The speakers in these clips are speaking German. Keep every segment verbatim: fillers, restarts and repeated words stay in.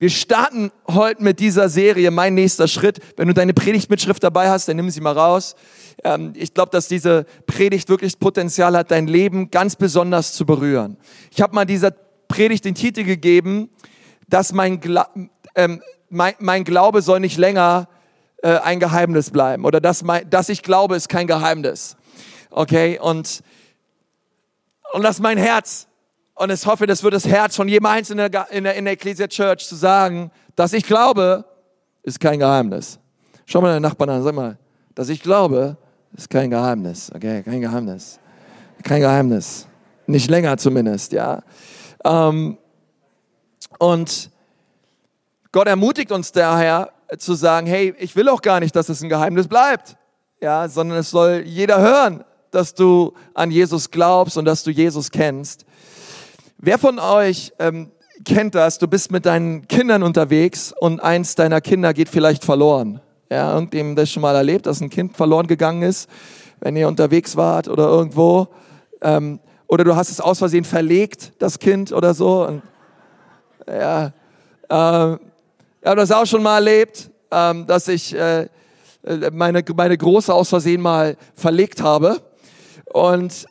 Wir starten heute mit dieser Serie, mein nächster Schritt. Wenn du deine Predigtmitschrift dabei hast, dann nimm sie mal raus. Ähm, ich glaube, dass diese Predigt wirklich Potenzial hat, dein Leben ganz besonders zu berühren. Ich habe mal dieser Predigt den Titel gegeben, dass mein, Gla- ähm, mein, mein Glaube soll nicht länger äh, ein Geheimnis bleiben. Oder dass, mein, dass ich glaube, ist kein Geheimnis. Okay, und, und das ist mein Herz. Und ich hoffe, das wird das Herz von jedem Einzelnen in der, in der Ecclesia Church zu sagen, dass ich glaube, ist kein Geheimnis. Schau mal deinen Nachbarn an, sag mal, dass ich glaube, ist kein Geheimnis. Okay, kein Geheimnis. Kein Geheimnis. Nicht länger zumindest, ja. Ähm, und Gott ermutigt uns daher zu sagen, hey, ich will auch gar nicht, dass es ein Geheimnis bleibt, ja, sondern es soll jeder hören, dass du an Jesus glaubst und dass du Jesus kennst. Wer von euch ähm, kennt das? Du bist mit deinen Kindern unterwegs und eins deiner Kinder geht vielleicht verloren. Ja, irgendjemand das schon mal erlebt, dass ein Kind verloren gegangen ist, wenn ihr unterwegs wart oder irgendwo. Ähm, oder du hast es aus Versehen verlegt, das Kind oder so. Und, ja, äh, ja, das auch schon mal erlebt, ähm, dass ich äh, meine, meine Große aus Versehen mal verlegt habe. Und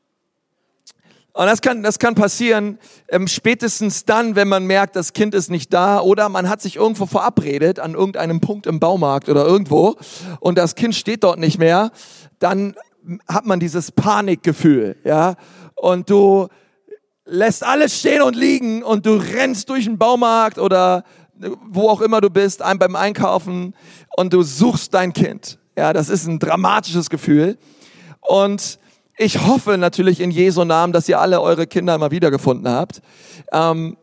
Und das kann, das kann passieren, ähm, spätestens dann, wenn man merkt, das Kind ist nicht da oder man hat sich irgendwo verabredet an irgendeinem Punkt im Baumarkt oder irgendwo und das Kind steht dort nicht mehr, dann hat man dieses Panikgefühl, ja, und du lässt alles stehen und liegen und du rennst durch den Baumarkt oder wo auch immer du bist, ein beim Einkaufen und du suchst dein Kind. Ja, das ist ein dramatisches Gefühl und ich hoffe natürlich in Jesu Namen, dass ihr alle eure Kinder mal wiedergefunden habt. Ähm,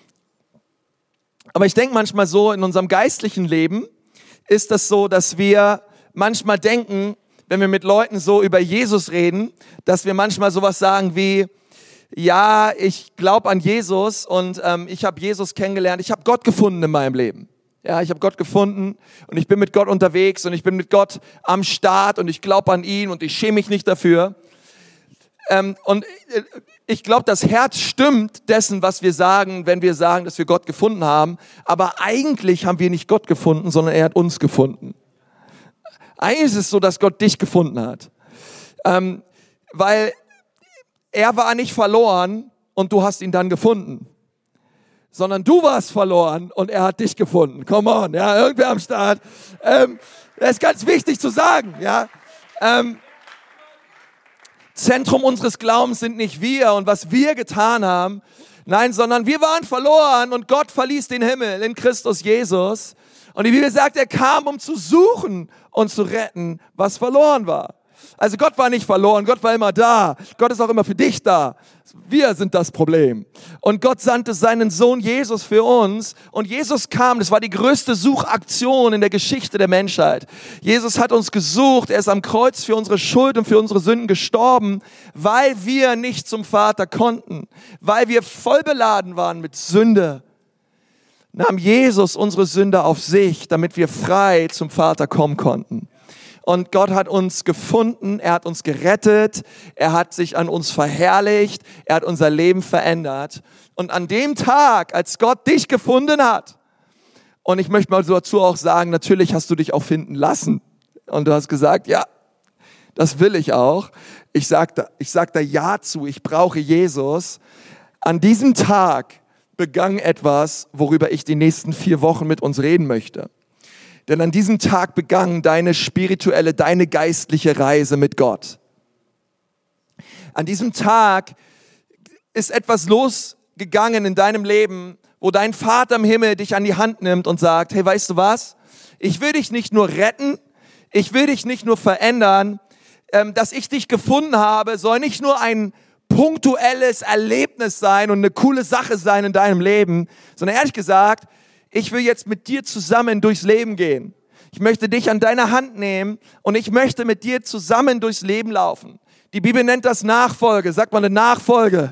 aber ich denke manchmal so, in unserem geistlichen Leben ist das so, dass wir manchmal denken, wenn wir mit Leuten so über Jesus reden, dass wir manchmal sowas sagen wie, ja, ich glaube an Jesus und ähm, ich habe Jesus kennengelernt, ich habe Gott gefunden in meinem Leben. Ja, ich habe Gott gefunden und ich bin mit Gott unterwegs und ich bin mit Gott am Start und ich glaube an ihn und ich schäme mich nicht dafür. Ähm, und ich glaube, das Herz stimmt dessen, was wir sagen, wenn wir sagen, dass wir Gott gefunden haben. Aber eigentlich haben wir nicht Gott gefunden, sondern er hat uns gefunden. Eigentlich ist es so, dass Gott dich gefunden hat. Ähm, weil er war nicht verloren und du hast ihn dann gefunden. Sondern du warst verloren und er hat dich gefunden. Come on, ja, irgendwer am Start. Ähm, das ist ganz wichtig zu sagen, ja. Ähm, Zentrum unseres Glaubens sind nicht wir und was wir getan haben, nein, sondern wir waren verloren und Gott verließ den Himmel in Christus Jesus. Und die Bibel sagt, er kam, um zu suchen und zu retten, was verloren war. Also Gott war nicht verloren, Gott war immer da. Gott ist auch immer für dich da. Wir sind das Problem. Und Gott sandte seinen Sohn Jesus für uns. Und Jesus kam, das war die größte Suchaktion in der Geschichte der Menschheit. Jesus hat uns gesucht, er ist am Kreuz für unsere Schuld und für unsere Sünden gestorben, weil wir nicht zum Vater konnten, weil wir voll beladen waren mit Sünde. Nahm Jesus unsere Sünde auf sich, damit wir frei zum Vater kommen konnten. Und Gott hat uns gefunden, er hat uns gerettet, er hat sich an uns verherrlicht, er hat unser Leben verändert. Und an dem Tag, als Gott dich gefunden hat, und ich möchte mal dazu auch sagen, natürlich hast du dich auch finden lassen. Und du hast gesagt, ja, das will ich auch. Ich sag da, ich sag da Ja zu, ich brauche Jesus. An diesem Tag begann etwas, worüber ich die nächsten vier Wochen mit uns reden möchte. Denn an diesem Tag begann deine spirituelle, deine geistliche Reise mit Gott. An diesem Tag ist etwas losgegangen in deinem Leben, wo dein Vater im Himmel dich an die Hand nimmt und sagt, hey, weißt du was? Ich will dich nicht nur retten, ich will dich nicht nur verändern, ähm, dass ich dich gefunden habe, soll nicht nur ein punktuelles Erlebnis sein und eine coole Sache sein in deinem Leben, sondern ehrlich gesagt, ich will jetzt mit dir zusammen durchs Leben gehen. Ich möchte dich an deine Hand nehmen und ich möchte mit dir zusammen durchs Leben laufen. Die Bibel nennt das Nachfolge. Sagt mal eine Nachfolge.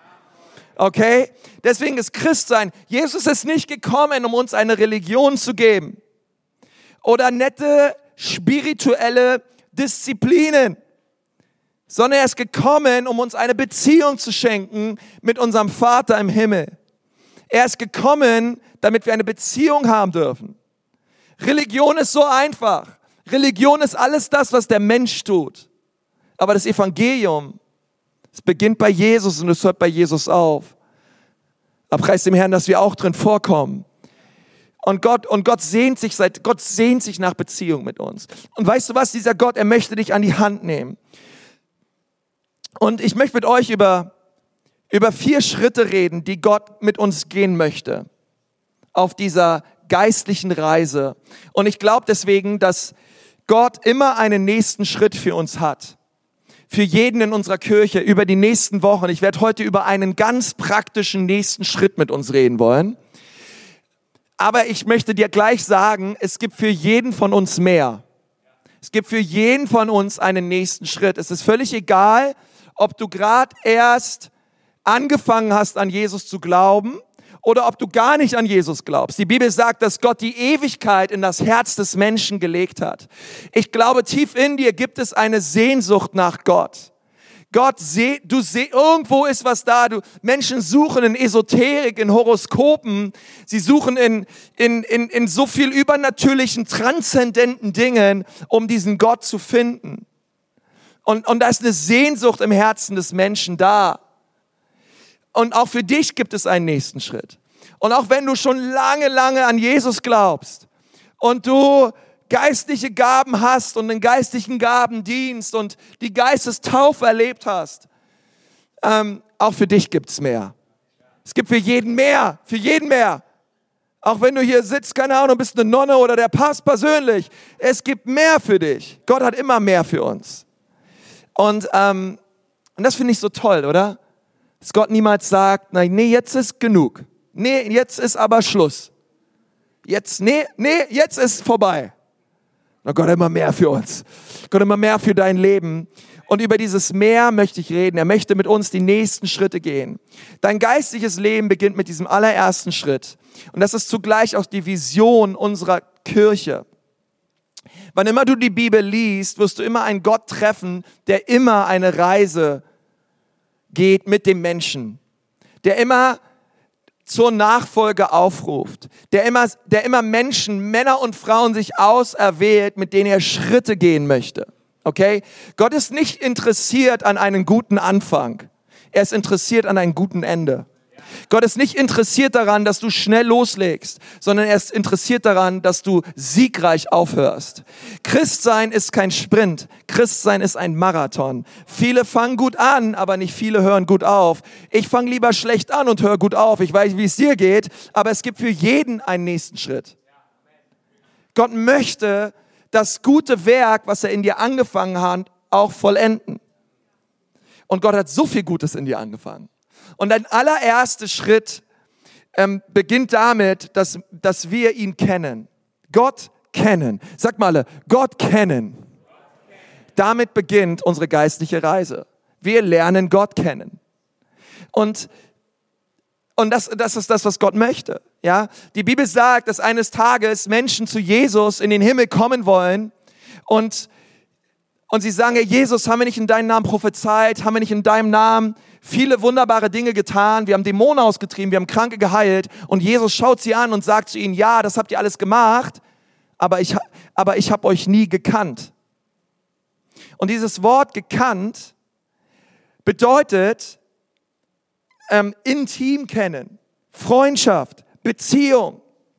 Okay? Deswegen ist Christsein, Jesus ist nicht gekommen, um uns eine Religion zu geben oder nette spirituelle Disziplinen, sondern er ist gekommen, um uns eine Beziehung zu schenken mit unserem Vater im Himmel. Er ist gekommen, damit wir eine Beziehung haben dürfen. Religion ist so einfach. Religion ist alles das, was der Mensch tut. Aber das Evangelium, es beginnt bei Jesus und es hört bei Jesus auf. Aber preis dem Herrn, dass wir auch drin vorkommen. Und Gott, und Gott sehnt sich seit, Gott sehnt sich nach Beziehung mit uns. Und weißt du was? Dieser Gott, er möchte dich an die Hand nehmen. Und ich möchte mit euch über, über vier Schritte reden, die Gott mit uns gehen möchte. Auf dieser geistlichen Reise. Und ich glaube deswegen, dass Gott immer einen nächsten Schritt für uns hat. Für jeden in unserer Kirche über die nächsten Wochen. Ich werde heute über einen ganz praktischen nächsten Schritt mit uns reden wollen. Aber ich möchte dir gleich sagen, es gibt für jeden von uns mehr. Es gibt für jeden von uns einen nächsten Schritt. Es ist völlig egal, ob du gerade erst angefangen hast, an Jesus zu glauben oder ob du gar nicht an Jesus glaubst. Die Bibel sagt, dass Gott die Ewigkeit in das Herz des Menschen gelegt hat. Ich glaube, tief in dir gibt es eine Sehnsucht nach Gott. Gott, seh, du seh, irgendwo ist was da. Du, Menschen suchen in Esoterik, in Horoskopen. Sie suchen in, in, in, in so viel übernatürlichen, transzendenten Dingen, um diesen Gott zu finden. Und, und da ist eine Sehnsucht im Herzen des Menschen da. Und auch für dich gibt es einen nächsten Schritt. Und auch wenn du schon lange, lange an Jesus glaubst und du geistliche Gaben hast und einen geistlichen Gabendienst und die Geistestaufe erlebt hast, ähm, auch für dich gibt's mehr. Es gibt für jeden mehr, für jeden mehr. Auch wenn du hier sitzt, keine Ahnung, bist eine Nonne oder der Papst persönlich. Es gibt mehr für dich. Gott hat immer mehr für uns. Und, ähm, und das finde ich so toll, oder? Dass Gott niemals sagt, nein, nee, jetzt ist genug. Nee, jetzt ist aber Schluss. Jetzt, nee, nee, jetzt ist vorbei. Na Gott, immer mehr für uns. Gott, immer mehr für dein Leben. Und über dieses Mehr möchte ich reden. Er möchte mit uns die nächsten Schritte gehen. Dein geistliches Leben beginnt mit diesem allerersten Schritt. Und das ist zugleich auch die Vision unserer Kirche. Wann immer du die Bibel liest, wirst du immer einen Gott treffen, der immer eine Reise geht mit dem Menschen. Der immer zur Nachfolge aufruft, der immer, der immer Menschen, Männer und Frauen sich auserwählt, mit denen er Schritte gehen möchte. Okay? Gott ist nicht interessiert an einem guten Anfang. Er ist interessiert an einem guten Ende. Gott ist nicht interessiert daran, dass du schnell loslegst, sondern er ist interessiert daran, dass du siegreich aufhörst. Christsein ist kein Sprint. Christsein ist ein Marathon. Viele fangen gut an, aber nicht viele hören gut auf. Ich fange lieber schlecht an und höre gut auf. Ich weiß, wie es dir geht, aber es gibt für jeden einen nächsten Schritt. Gott möchte das gute Werk, was er in dir angefangen hat, auch vollenden. Und Gott hat so viel Gutes in dir angefangen. Und dein allererster Schritt ähm, beginnt damit, dass, dass wir ihn kennen. Gott kennen. Sag mal alle, Gott kennen. Damit beginnt unsere geistliche Reise. Wir lernen Gott kennen. Und, und das, das ist das, was Gott möchte. Ja? Die Bibel sagt, dass eines Tages Menschen zu Jesus in den Himmel kommen wollen und, und sie sagen, hey Jesus, haben wir nicht in deinem Namen prophezeit? Haben wir nicht in deinem Namen viele wunderbare Dinge getan, wir haben Dämonen ausgetrieben, wir haben Kranke geheilt und Jesus schaut sie an und sagt zu ihnen, ja, das habt ihr alles gemacht, aber ich, aber ich habe euch nie gekannt. Und dieses Wort gekannt bedeutet ähm, intim kennen, Freundschaft, Beziehung.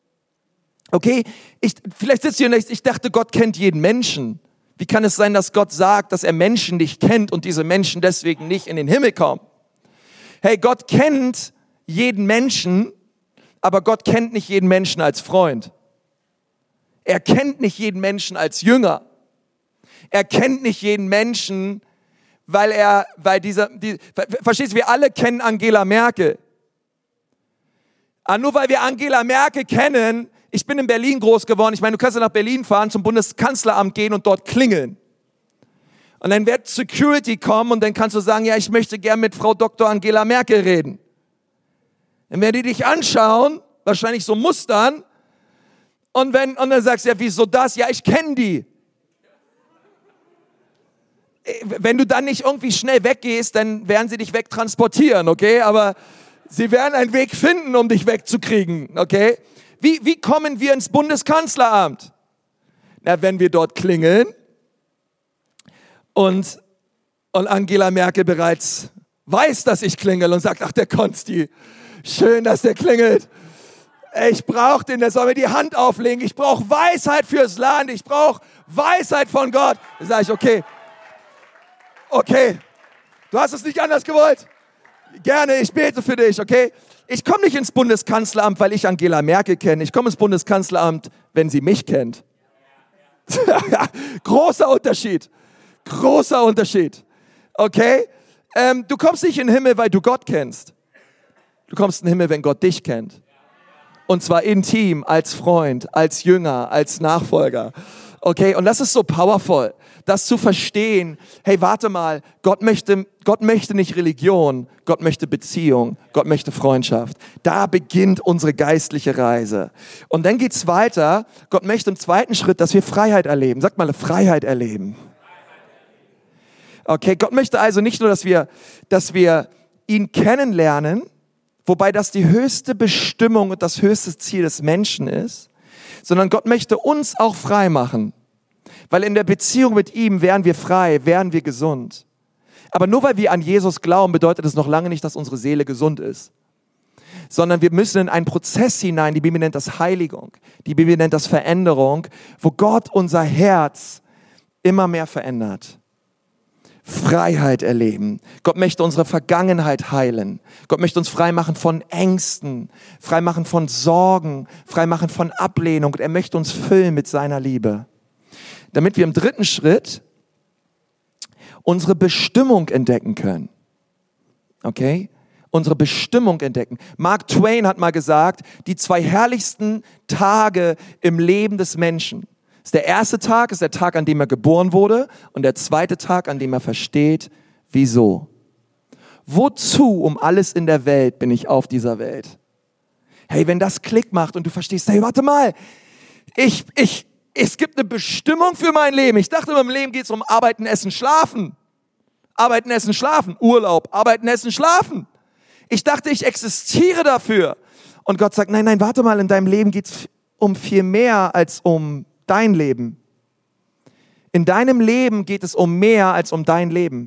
Okay, ich, vielleicht sitzt ihr und ich dachte, Gott kennt jeden Menschen. Wie kann es sein, dass Gott sagt, dass er Menschen nicht kennt und diese Menschen deswegen nicht in den Himmel kommen? Hey, Gott kennt jeden Menschen, aber Gott kennt nicht jeden Menschen als Freund. Er kennt nicht jeden Menschen als Jünger. Er kennt nicht jeden Menschen, weil er, weil dieser, die, verstehst du, wir alle kennen Angela Merkel. Aber nur weil wir Angela Merkel kennen, ich bin in Berlin groß geworden, ich meine, du kannst ja nach Berlin fahren, zum Bundeskanzleramt gehen und dort klingeln. Und dann wird Security kommen und dann kannst du sagen, ja, ich möchte gern mit Frau Doktor Angela Merkel reden. Dann werden die dich anschauen, wahrscheinlich so mustern, und, wenn, und dann sagst du, ja, wieso das? Ja, ich kenne die. Wenn du dann nicht irgendwie schnell weggehst, dann werden sie dich wegtransportieren, okay? Aber sie werden einen Weg finden, um dich wegzukriegen, okay? Wie, wie kommen wir ins Bundeskanzleramt? Na, wenn wir dort klingeln und, und Angela Merkel bereits weiß, dass ich klingel und sagt, ach, der Konsti, schön, dass der klingelt. Ich brauche den, der soll mir die Hand auflegen. Ich brauche Weisheit fürs Land. Ich brauche Weisheit von Gott. Da sage ich, okay, okay, du hast es nicht anders gewollt. Gerne, ich bete für dich, okay? Ich komme nicht ins Bundeskanzleramt, weil ich Angela Merkel kenne. Ich komme ins Bundeskanzleramt, wenn sie mich kennt. Großer Unterschied. Großer Unterschied. Okay? Ähm, du kommst nicht in den Himmel, weil du Gott kennst. Du kommst in den Himmel, wenn Gott dich kennt. Und zwar intim, als Freund, als Jünger, als Nachfolger. Okay? Und das ist so powerful, das zu verstehen. Hey, warte mal, Gott möchte, Gott möchte nicht Religion, Gott möchte Beziehung, Gott möchte Freundschaft. Da beginnt unsere geistliche Reise. Und dann geht's weiter. Gott möchte im zweiten Schritt, dass wir Freiheit erleben. Sag mal, Freiheit erleben. Okay, Gott möchte also nicht nur, dass wir, dass wir ihn kennenlernen, wobei das die höchste Bestimmung und das höchste Ziel des Menschen ist, sondern Gott möchte uns auch frei machen. Weil in der Beziehung mit ihm wären wir frei, wären wir gesund. Aber nur weil wir an Jesus glauben, bedeutet es noch lange nicht, dass unsere Seele gesund ist. Sondern wir müssen in einen Prozess hinein, die Bibel nennt das Heiligung, die Bibel nennt das Veränderung, wo Gott unser Herz immer mehr verändert. Freiheit erleben. Gott möchte unsere Vergangenheit heilen. Gott möchte uns freimachen von Ängsten, freimachen von Sorgen, freimachen von Ablehnung. Und er möchte uns füllen mit seiner Liebe. Damit wir im dritten Schritt unsere Bestimmung entdecken können. Okay? Unsere Bestimmung entdecken. Mark Twain hat mal gesagt, die zwei herrlichsten Tage im Leben des Menschen. Das ist der erste Tag, ist der Tag, an dem er geboren wurde, und der zweite Tag, an dem er versteht, wieso. Wozu um alles in der Welt bin ich auf dieser Welt? Hey, wenn das Klick macht und du verstehst, hey, warte mal, ich, ich, es gibt eine Bestimmung für mein Leben. Ich dachte, in meinem Leben geht es um Arbeiten, Essen, Schlafen. Arbeiten, Essen, Schlafen. Urlaub, Arbeiten, Essen, Schlafen. Ich dachte, ich existiere dafür. Und Gott sagt, nein, nein, warte mal, in deinem Leben geht es um viel mehr als um dein Leben. In deinem Leben geht es um mehr als um dein Leben.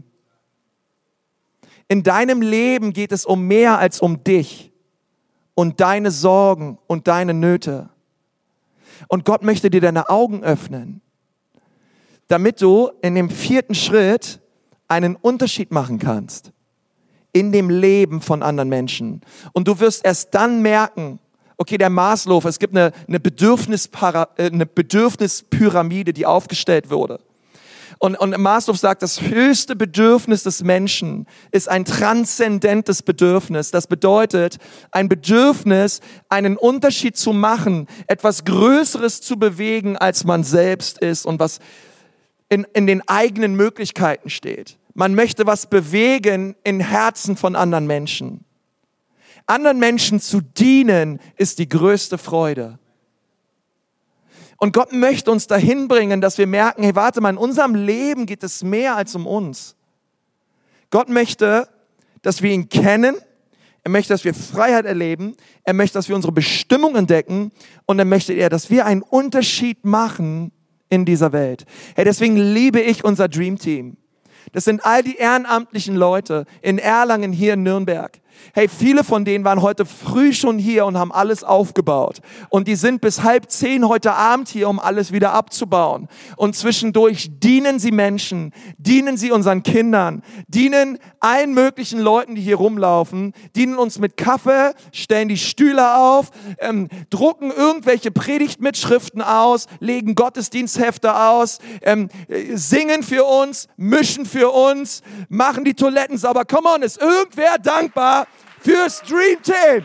In deinem Leben geht es um mehr als um dich und deine Sorgen und deine Nöte. Und Gott möchte dir deine Augen öffnen, damit du in dem vierten Schritt einen Unterschied machen kannst in dem Leben von anderen Menschen. Und du wirst erst dann merken, okay, der Maslow, es gibt eine, eine, Bedürfnispara, eine Bedürfnispyramide, die aufgestellt wurde. Und, und Maslow sagt, das höchste Bedürfnis des Menschen ist ein transzendentes Bedürfnis. Das bedeutet, ein Bedürfnis, einen Unterschied zu machen, etwas Größeres zu bewegen, als man selbst ist und was in, in den eigenen Möglichkeiten steht. Man möchte was bewegen in Herzen von anderen Menschen. Anderen Menschen zu dienen, ist die größte Freude. Und Gott möchte uns dahin bringen, dass wir merken, hey, warte mal, in unserem Leben geht es mehr als um uns. Gott möchte, dass wir ihn kennen. Er möchte, dass wir Freiheit erleben. Er möchte, dass wir unsere Bestimmung entdecken. Und dann möchte er, dass wir einen Unterschied machen in dieser Welt. Hey, deswegen liebe ich unser Dream Team. Das sind all die ehrenamtlichen Leute in Erlangen, hier in Nürnberg. Hey, viele von denen waren heute früh schon hier und haben alles aufgebaut. Und die sind bis halb zehn heute Abend hier, um alles wieder abzubauen. Und zwischendurch dienen sie Menschen, dienen sie unseren Kindern, dienen allen möglichen Leuten, die hier rumlaufen, dienen uns mit Kaffee, stellen die Stühle auf, ähm, drucken irgendwelche Predigtmitschriften aus, legen Gottesdiensthefte aus, ähm, singen für uns, mischen für uns, machen die Toiletten sauber. Come on, ist irgendwer dankbar fürs Dream Team?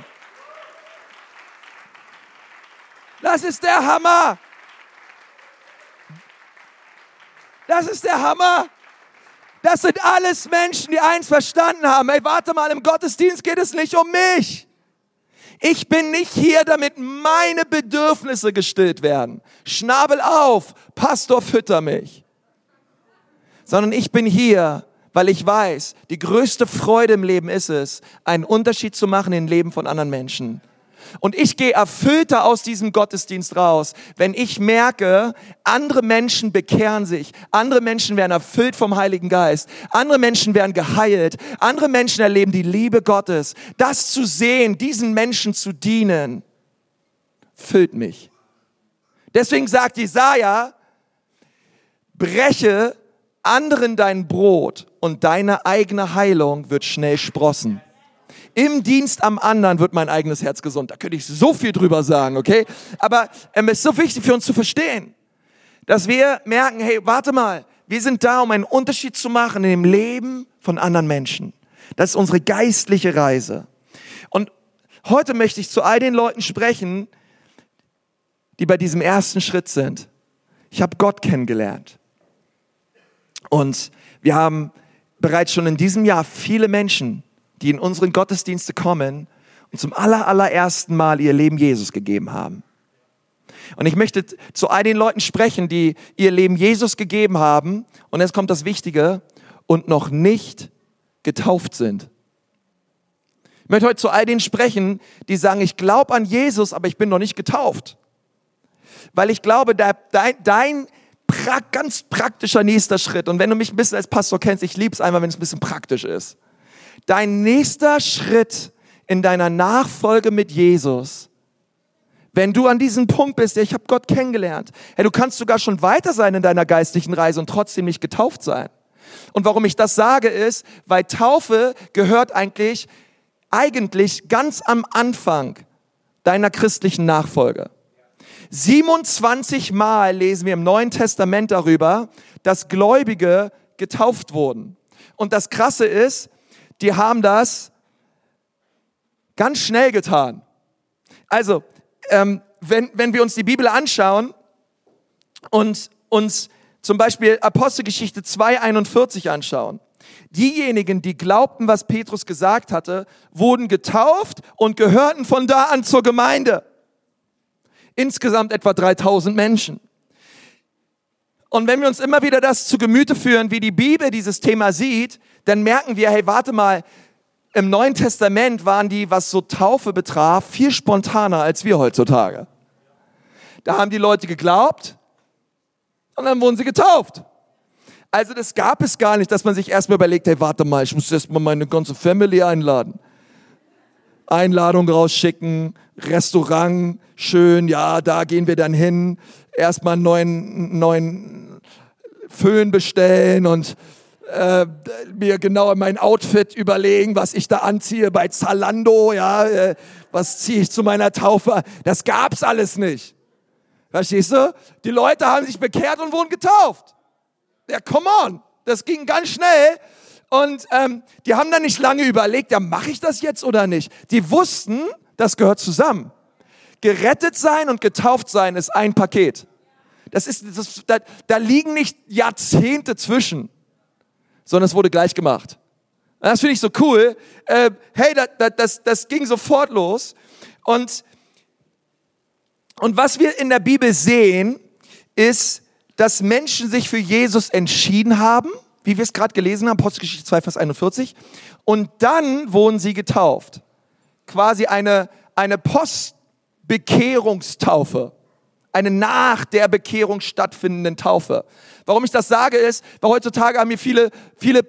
Das ist der Hammer. Das ist der Hammer. Das sind alles Menschen, die eins verstanden haben. Hey, warte mal, im Gottesdienst geht es nicht um mich. Ich bin nicht hier, damit meine Bedürfnisse gestillt werden. Schnabel auf, Pastor, fütter mich. Sondern ich bin hier, weil ich weiß, die größte Freude im Leben ist es, einen Unterschied zu machen im Leben von anderen Menschen. Und ich gehe erfüllter aus diesem Gottesdienst raus, wenn ich merke, andere Menschen bekehren sich, andere Menschen werden erfüllt vom Heiligen Geist, andere Menschen werden geheilt, andere Menschen erleben die Liebe Gottes. Das zu sehen, diesen Menschen zu dienen, füllt mich. Deswegen sagt Jesaja, breche anderen dein Brot und deine eigene Heilung wird schnell sprossen. Im Dienst am anderen wird mein eigenes Herz gesund. Da könnte ich so viel drüber sagen, okay? Aber ähm, es ist so wichtig für uns zu verstehen, dass wir merken, hey, warte mal, wir sind da, um einen Unterschied zu machen in dem Leben von anderen Menschen. Das ist unsere geistliche Reise. Und heute möchte ich zu all den Leuten sprechen, die bei diesem ersten Schritt sind. Ich habe Gott kennengelernt. Und wir haben bereits schon in diesem Jahr viele Menschen, die in unseren Gottesdienste kommen und zum aller, allerersten Mal ihr Leben Jesus gegeben haben. Und ich möchte zu all den Leuten sprechen, die ihr Leben Jesus gegeben haben, und jetzt kommt das Wichtige, und noch nicht getauft sind. Ich möchte heute zu all denen sprechen, die sagen, ich glaube an Jesus, aber ich bin noch nicht getauft. Weil ich glaube, dein, dein pra- ganz praktischer nächster Schritt, und wenn du mich ein bisschen als Pastor kennst, ich liebe es einmal, wenn es ein bisschen praktisch ist. Dein nächster Schritt in deiner Nachfolge mit Jesus, wenn du an diesem Punkt bist, ja, ich habe Gott kennengelernt, hey, du kannst sogar schon weiter sein in deiner geistlichen Reise und trotzdem nicht getauft sein. Und warum ich das sage ist, weil Taufe gehört eigentlich, eigentlich ganz am Anfang deiner christlichen Nachfolge. siebenundzwanzig Mal lesen wir im Neuen Testament darüber, dass Gläubige getauft wurden. Und das Krasse ist, die haben das ganz schnell getan. Also, ähm, wenn, wenn wir uns die Bibel anschauen und uns zum Beispiel Apostelgeschichte zwei einundvierzig anschauen. Diejenigen, die glaubten, was Petrus gesagt hatte, wurden getauft und gehörten von da an zur Gemeinde. Insgesamt etwa dreitausend Menschen. Und wenn wir uns immer wieder das zu Gemüte führen, wie die Bibel dieses Thema sieht, dann merken wir, hey, warte mal, im Neuen Testament waren die, was so Taufe betraf, viel spontaner als wir heutzutage. Da haben die Leute geglaubt und dann wurden sie getauft. Also das gab es gar nicht, dass man sich erstmal überlegt, hey, warte mal, ich muss erstmal meine ganze Family einladen. Einladung rausschicken, Restaurant, schön, ja, da gehen wir dann hin, erstmal einen neuen, neuen Föhn bestellen und äh, mir genau mein Outfit überlegen, was ich da anziehe bei Zalando, ja, äh, was ziehe ich zu meiner Taufe. Das gab's alles nicht. Verstehst du? Die Leute haben sich bekehrt und wurden getauft. Ja, come on, das ging ganz schnell. Und ähm, die haben dann nicht lange überlegt, ja, mache ich das jetzt oder nicht? Die wussten, das gehört zusammen. Gerettet sein und getauft sein ist ein Paket. Das ist, das, da, da liegen nicht Jahrzehnte zwischen, sondern es wurde gleich gemacht. Das finde ich so cool. Äh, hey, da, da, das, das ging sofort los. Und, und was wir in der Bibel sehen, ist, dass Menschen sich für Jesus entschieden haben, wie wir es gerade gelesen haben, Apostelgeschichte zwei, Vers einundvierzig. Und dann wurden sie getauft. Quasi eine, eine Postbekehrungstaufe. Eine nach der Bekehrung stattfindenden Taufe. Warum ich das sage ist, weil heutzutage haben wir viele, viele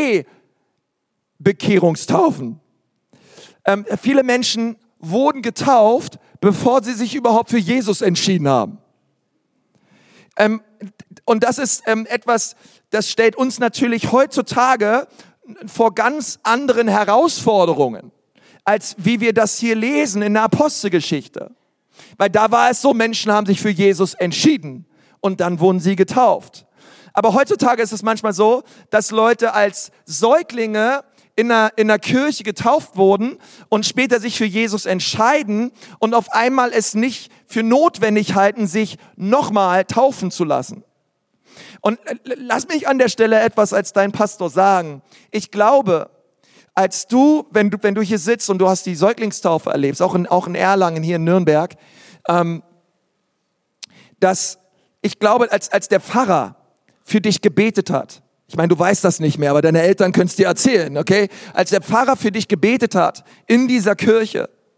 Prä-Bekehrungstaufen. Ähm, viele Menschen wurden getauft, bevor sie sich überhaupt für Jesus entschieden haben. Ähm, und das ist ähm, etwas, das stellt uns natürlich heutzutage vor ganz anderen Herausforderungen, als wie wir das hier lesen in der Apostelgeschichte. Weil da war es so, Menschen haben sich für Jesus entschieden und dann wurden sie getauft. Aber heutzutage ist es manchmal so, dass Leute als Säuglinge in einer, in einer Kirche getauft wurden und später sich für Jesus entscheiden und auf einmal es nicht für notwendig halten, sich nochmal taufen zu lassen. Und lass mich an der Stelle etwas als dein Pastor sagen. Ich glaube, als du, wenn du, wenn du hier sitzt und du hast die Säuglingstaufe erlebst, auch in, auch in Erlangen, hier in Nürnberg, ähm, dass ich glaube, als, als der Pfarrer für dich gebetet hat, ich meine, du weißt das nicht mehr, aber deine Eltern können es dir erzählen, okay? Als der Pfarrer für dich gebetet hat in dieser Kirche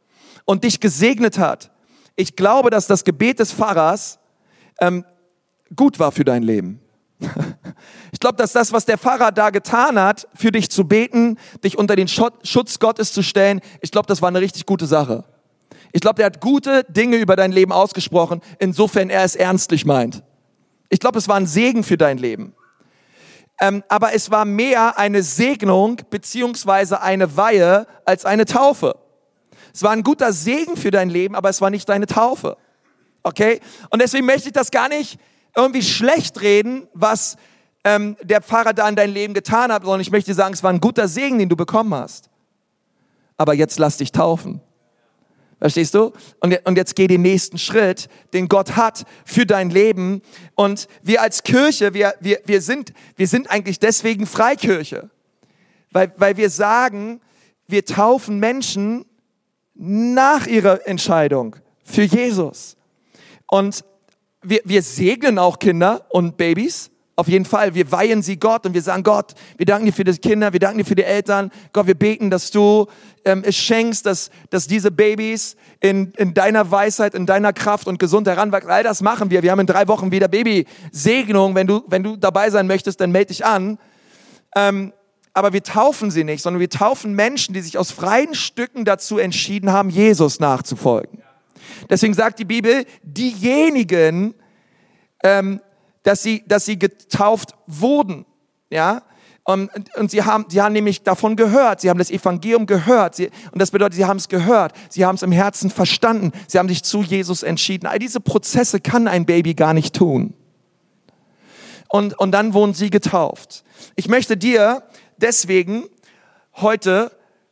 und dich gesegnet hat. Ich glaube, dass das Gebet des Pfarrers ähm, gut war für dein Leben. Ich glaube, dass das, was der Pfarrer da getan hat, für dich zu beten, dich unter den Schutz Gottes zu stellen, ich glaube, das war eine richtig gute Sache. Ich glaube, der hat gute Dinge über dein Leben ausgesprochen, insofern er es ernstlich meint. Ich glaube, es war ein Segen für dein Leben. Ähm, aber es war mehr eine Segnung beziehungsweise eine Weihe als eine Taufe. Es war ein guter Segen für dein Leben, aber es war nicht deine Taufe. Okay? Und deswegen möchte ich das gar nicht irgendwie schlecht reden, was ähm, der Pfarrer da in dein Leben getan hat, sondern ich möchte dir sagen, es war ein guter Segen, den du bekommen hast. Aber jetzt lass dich taufen. Verstehst du? Und, und jetzt geh den nächsten Schritt, den Gott hat für dein Leben. Und wir als Kirche, wir, wir, wir, sind, wir sind eigentlich deswegen Freikirche. Weil, weil wir sagen, wir taufen Menschen nach ihrer Entscheidung für Jesus. Und wir, wir segnen auch Kinder und Babys. Auf jeden Fall, wir weihen sie Gott und wir sagen, Gott, wir danken dir für die Kinder, wir danken dir für die Eltern. Gott, wir beten, dass du ähm, es schenkst, dass, dass diese Babys in, in deiner Weisheit, in deiner Kraft und gesund heranwachsen. All das machen wir. Wir haben in drei Wochen wieder Babysegnung. Wenn du, wenn du dabei sein möchtest, dann melde dich an. Ähm, aber wir taufen sie nicht, sondern wir taufen Menschen, die sich aus freien Stücken dazu entschieden haben, Jesus nachzufolgen. Deswegen sagt die Bibel, diejenigen, ähm, dass sie, dass sie getauft wurden, ja, und, und sie haben, sie haben nämlich davon gehört, sie haben das Evangelium gehört, sie, und das bedeutet, sie haben es gehört, sie haben es im Herzen verstanden, sie haben sich zu Jesus entschieden. All diese Prozesse kann ein Baby gar nicht tun. Und, und dann wurden sie getauft. Ich möchte dir deswegen heute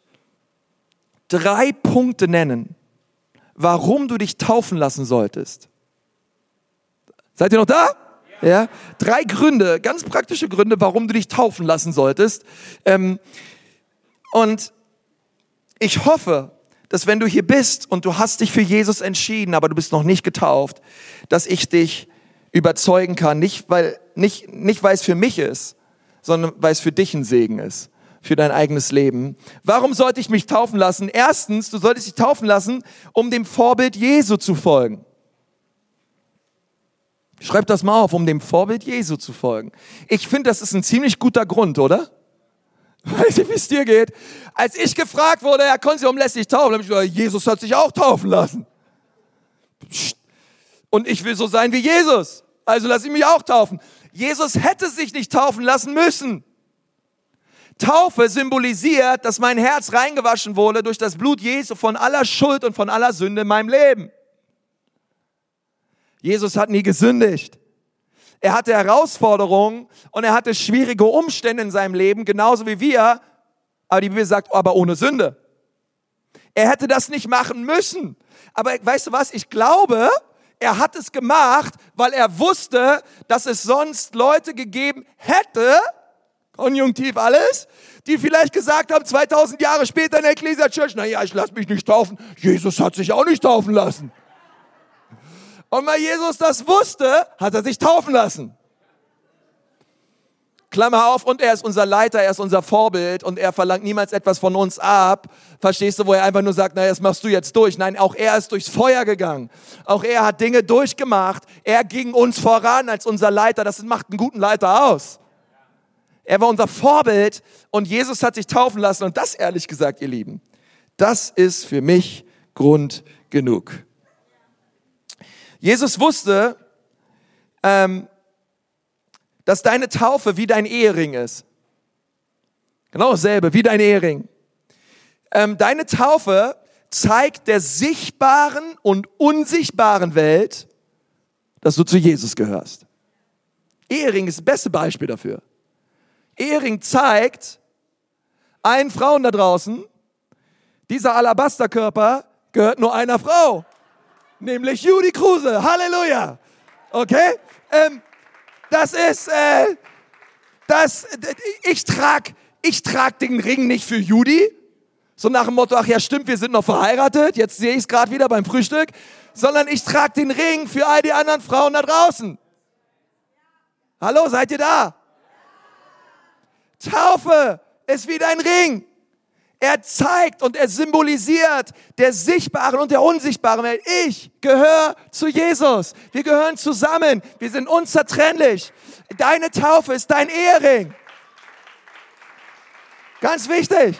drei Punkte nennen, warum du dich taufen lassen solltest. Seid ihr noch da? Ja, drei Gründe, ganz praktische Gründe, warum du dich taufen lassen solltest. Ähm, und ich hoffe, dass wenn du hier bist und du hast dich für Jesus entschieden, aber du bist noch nicht getauft, dass ich dich überzeugen kann, nicht weil, nicht, nicht weil es für mich ist, sondern weil es für dich ein Segen ist, für dein eigenes Leben. Warum sollte ich mich taufen lassen? Erstens, du solltest dich taufen lassen, um dem Vorbild Jesu zu folgen. Schreib das mal auf, um dem Vorbild Jesu zu folgen. Ich finde, das ist ein ziemlich guter Grund, oder? Weiß nicht, wie es dir geht. Als ich gefragt wurde, Herr Konzi, warum lässt dich taufen? Habe ich gesagt, Jesus hat sich auch taufen lassen. Und ich will so sein wie Jesus. Also lass ich mich auch taufen. Jesus hätte sich nicht taufen lassen müssen. Taufe symbolisiert, dass mein Herz reingewaschen wurde durch das Blut Jesu von aller Schuld und von aller Sünde in meinem Leben. Jesus hat nie gesündigt. Er hatte Herausforderungen und er hatte schwierige Umstände in seinem Leben, genauso wie wir. Aber die Bibel sagt, aber ohne Sünde. Er hätte das nicht machen müssen. Aber weißt du was? Ich glaube, er hat es gemacht, weil er wusste, dass es sonst Leute gegeben hätte, konjunktiv alles, die vielleicht gesagt haben, zweitausend Jahre später in der Ecclesia Church, naja, ich lasse mich nicht taufen. Jesus hat sich auch nicht taufen lassen. Und weil Jesus das wusste, hat er sich taufen lassen. Klammer auf, und er ist unser Leiter, er ist unser Vorbild und er verlangt niemals etwas von uns ab. Verstehst du, wo er einfach nur sagt, naja, das machst du jetzt durch. Nein, auch er ist durchs Feuer gegangen. Auch er hat Dinge durchgemacht. Er ging uns voran als unser Leiter. Das macht einen guten Leiter aus. Er war unser Vorbild und Jesus hat sich taufen lassen. Und das, ehrlich gesagt, ihr Lieben, das ist für mich Grund genug. Jesus wusste, ähm, dass deine Taufe wie dein Ehering ist. Genau dasselbe, wie dein Ehering. Ähm, deine Taufe zeigt der sichtbaren und unsichtbaren Welt, dass du zu Jesus gehörst. Ehering ist das beste Beispiel dafür. Ehering zeigt allen Frauen da draußen, dieser Alabasterkörper gehört nur einer Frau. Nämlich Judy Kruse. Halleluja. Okay? Ähm, das ist, äh, das, ich trag, ich trag den Ring nicht für Judy. So nach dem Motto, ach ja stimmt, wir sind noch verheiratet. Jetzt sehe ich es gerade wieder beim Frühstück. Sondern ich trag den Ring für all die anderen Frauen da draußen. Hallo, seid ihr da? Taufe ist wie dein Ring. Er zeigt und er symbolisiert der sichtbaren und der unsichtbaren Welt. Ich gehöre zu Jesus. Wir gehören zusammen. Wir sind unzertrennlich. Deine Taufe ist dein Ehering. Ganz wichtig.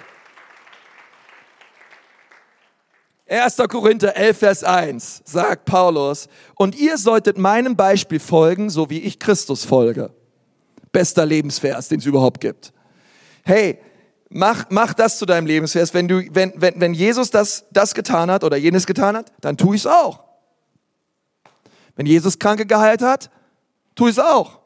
erster Korinther elf, Vers eins sagt Paulus, und ihr solltet meinem Beispiel folgen, so wie ich Christus folge. Bester Lebensvers, den es überhaupt gibt. Hey, mach, mach das zu deinem Lebensvers. Wenn, du, wenn, wenn, wenn Jesus das, das getan hat oder jenes getan hat, dann tu ich es auch. Wenn Jesus Kranke geheilt hat, tu ich es auch.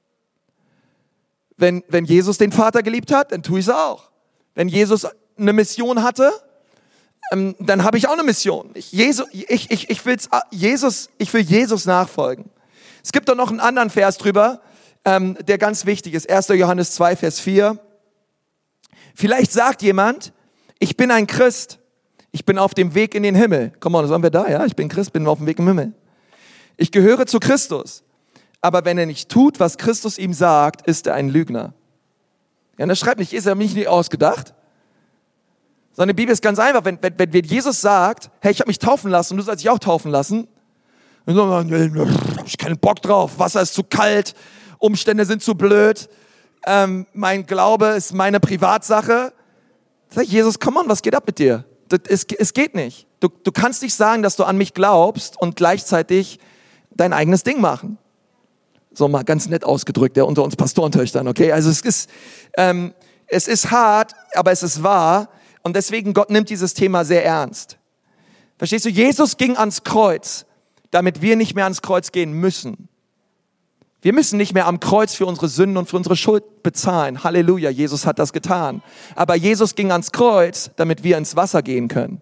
Wenn, wenn Jesus den Vater geliebt hat, dann tu ich es auch. Wenn Jesus eine Mission hatte, ähm, dann habe ich auch eine Mission. Ich, Jesus, ich, ich, ich, will's, Jesus, ich will Jesus nachfolgen. Es gibt doch noch einen anderen Vers drüber, ähm, der ganz wichtig ist. erster Johannes zwei, Vers vier. Vielleicht sagt jemand, ich bin ein Christ. Ich bin auf dem Weg in den Himmel. Komm mal, sind wir da? Ja, ich bin Christ, bin auf dem Weg im Himmel. Ich gehöre zu Christus. Aber wenn er nicht tut, was Christus ihm sagt, ist er ein Lügner. Ja, und das schreibt nicht, ist er mich nicht ausgedacht? Sondern die Bibel ist ganz einfach. Wenn, wenn, wenn Jesus sagt, hey, ich habe mich taufen lassen und du sollst dich auch taufen lassen, dann sagen wir, nee, hab ich keinen Bock drauf, Wasser ist zu kalt, Umstände sind zu blöd, ähm, mein Glaube ist meine Privatsache. Sag ich, Jesus, come on, was geht ab mit dir? Das, es, es geht nicht. Du, du kannst nicht sagen, dass du an mich glaubst und gleichzeitig dein eigenes Ding machen. So mal ganz nett ausgedrückt, der unter uns Pastorentöchtern, okay? Also es ist, ähm, es ist hart, aber es ist wahr und deswegen Gott nimmt dieses Thema sehr ernst. Verstehst du? Jesus ging ans Kreuz, damit wir nicht mehr ans Kreuz gehen müssen. Wir müssen nicht mehr am Kreuz für unsere Sünden und für unsere Schuld bezahlen. Halleluja, Jesus hat das getan. Aber Jesus ging ans Kreuz, damit wir ins Wasser gehen können.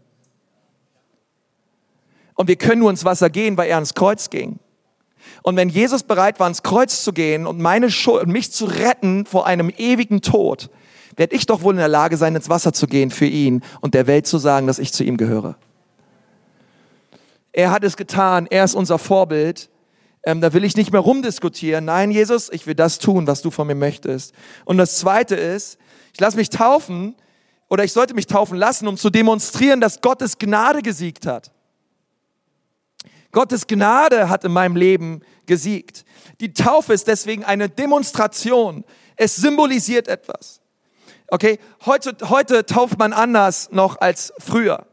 Und wir können nur ins Wasser gehen, weil er ans Kreuz ging. Und wenn Jesus bereit war, ans Kreuz zu gehen und meine Schuld, mich zu retten vor einem ewigen Tod, werde ich doch wohl in der Lage sein, ins Wasser zu gehen für ihn und der Welt zu sagen, dass ich zu ihm gehöre. Er hat es getan, er ist unser Vorbild. Ähm, da will ich nicht mehr rumdiskutieren. Nein, Jesus, ich will das tun, was du von mir möchtest. Und das Zweite ist, ich lasse mich taufen oder ich sollte mich taufen lassen, um zu demonstrieren, dass Gottes Gnade gesiegt hat. Gottes Gnade hat in meinem Leben gesiegt. Die Taufe ist deswegen eine Demonstration. Es symbolisiert etwas. Okay, heute, heute tauft man anders noch als früher.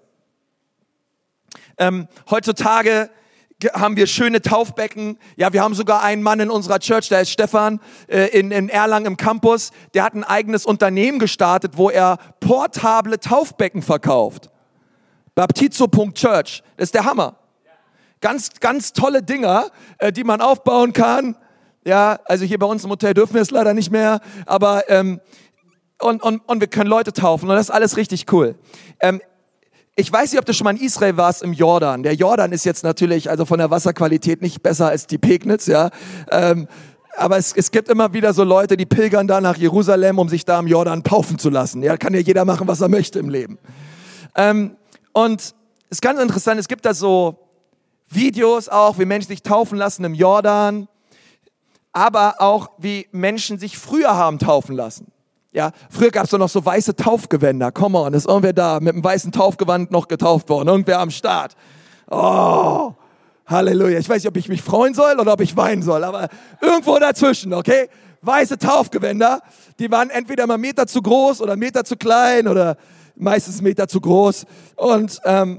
Ähm, heutzutage haben wir schöne Taufbecken. Ja, wir haben sogar einen Mann in unserer Church, der ist Stefan, äh, in, in Erlangen im Campus. Der hat ein eigenes Unternehmen gestartet, wo er portable Taufbecken verkauft. Baptizo Punkt Church. Das ist der Hammer. Ganz, ganz tolle Dinger, äh, die man aufbauen kann. Ja, also hier bei uns im Hotel dürfen wir es leider nicht mehr, aber ähm, und, und, und wir können Leute taufen und das ist alles richtig cool. Ähm, ich weiß nicht, ob du schon mal in Israel warst, im Jordan. Der Jordan ist jetzt natürlich also von der Wasserqualität nicht besser als die Pegnitz, ja. Ähm, aber es, es gibt immer wieder so Leute, die pilgern da nach Jerusalem, um sich da im Jordan taufen zu lassen. Ja, kann ja jeder machen, was er möchte im Leben. Ähm, und es ist ganz interessant, es gibt da so Videos auch, wie Menschen sich taufen lassen im Jordan, aber auch wie Menschen sich früher haben taufen lassen. Ja, früher gab es doch noch so weiße Taufgewänder. Come on, ist irgendwer da mit einem weißen Taufgewand noch getauft worden? Irgendwer am Start? Oh, Halleluja. Ich weiß nicht, ob ich mich freuen soll oder ob ich weinen soll, aber irgendwo dazwischen, okay? Weiße Taufgewänder, die waren entweder mal einen Meter zu groß oder einen Meter zu klein oder meistens einen Meter zu groß. Und ähm,